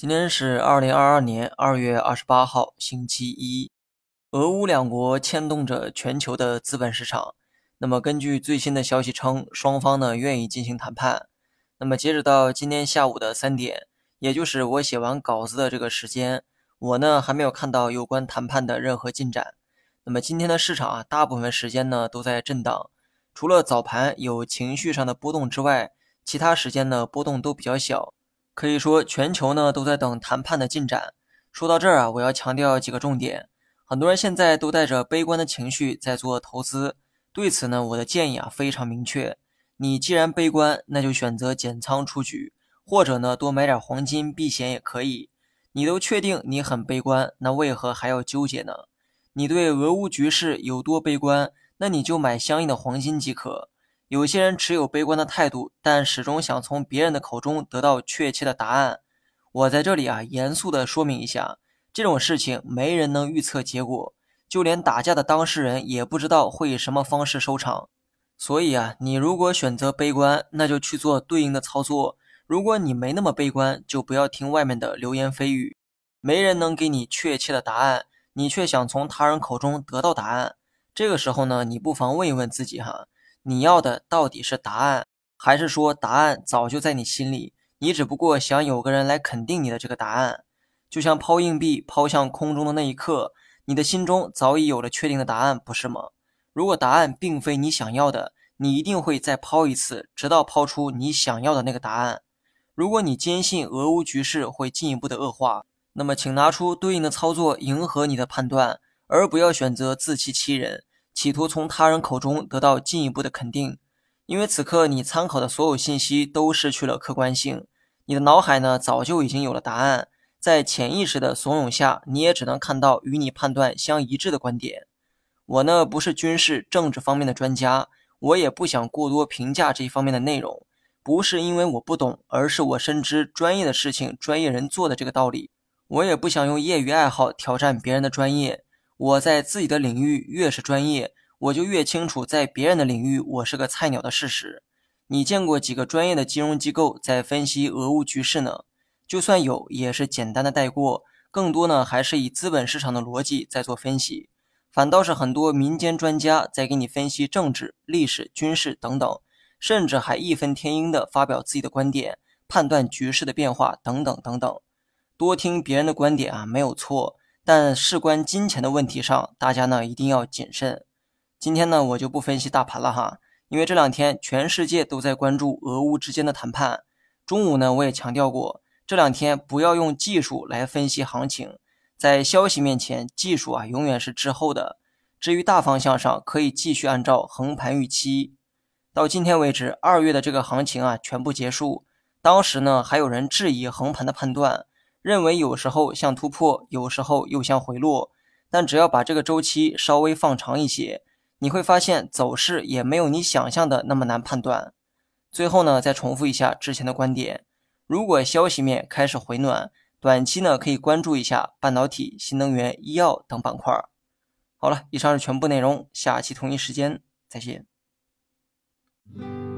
今天是2022年2月28号，星期一。俄乌两国牵动着全球的资本市场。那么根据最新的消息称，双方呢愿意进行谈判。那么截止到今天下午的3点，也就是我写完稿子的这个时间，我呢还没有看到有关谈判的任何进展。那么今天的市场大部分时间呢都在震荡，除了早盘有情绪上的波动之外，其他时间呢波动都比较小。可以说全球呢都在等谈判的进展。说到这儿我要强调几个重点。很多人现在都带着悲观的情绪在做投资，对此呢我的建议非常明确。你既然悲观，那就选择减仓出局，或者呢多买点黄金避险也可以。你都确定你很悲观，那为何还要纠结呢？你对俄乌局势有多悲观，那你就买相应的黄金即可。有些人持有悲观的态度，但始终想从别人的口中得到确切的答案。我在这里严肃地说明一下，这种事情没人能预测结果，就连打架的当事人也不知道会以什么方式收场。所以你如果选择悲观，那就去做对应的操作。如果你没那么悲观，就不要听外面的流言蜚语。没人能给你确切的答案，你却想从他人口中得到答案。这个时候呢，你不妨问一问自己你要的到底是答案，还是说答案早就在你心里，你只不过想有个人来肯定你的这个答案？就像抛硬币抛向空中的那一刻，你的心中早已有了确定的答案，不是吗？如果答案并非你想要的，你一定会再抛一次，直到抛出你想要的那个答案。如果你坚信俄乌局势会进一步的恶化，那么请拿出对应的操作迎合你的判断，而不要选择自欺欺人，企图从他人口中得到进一步的肯定。因为此刻你参考的所有信息都失去了客观性，你的脑海呢早就已经有了答案，在潜意识的怂恿下，你也只能看到与你判断相一致的观点。我呢不是军事政治方面的专家，我也不想过多评价这一方面的内容，不是因为我不懂，而是我深知专业的事情专业人做的这个道理。我也不想用业余爱好挑战别人的专业，我在自己的领域越是专业，我就越清楚在别人的领域我是个菜鸟的事实。你见过几个专业的金融机构在分析俄乌局势呢？就算有，也是简单的带过，更多呢还是以资本市场的逻辑在做分析。反倒是很多民间专家在给你分析政治、历史、军事等等，甚至还义愤填膺地发表自己的观点，判断局势的变化等等等等。多听别人的观点没有错，但事关金钱的问题上，大家呢一定要谨慎。今天呢我就不分析大盘了因为这两天全世界都在关注俄乌之间的谈判。中午呢我也强调过，这两天不要用技术来分析行情，在消息面前，技术永远是滞后的。至于大方向上，可以继续按照横盘预期。到今天为止，2月的这个行情全部结束。当时呢还有人质疑横盘的判断，认为有时候像突破，有时候又像回落，但只要把这个周期稍微放长一些，你会发现走势也没有你想象的那么难判断。最后呢，再重复一下之前的观点，如果消息面开始回暖，短期呢可以关注一下半导体、新能源、医药等板块。好了，以上是全部内容，下期同一时间再见。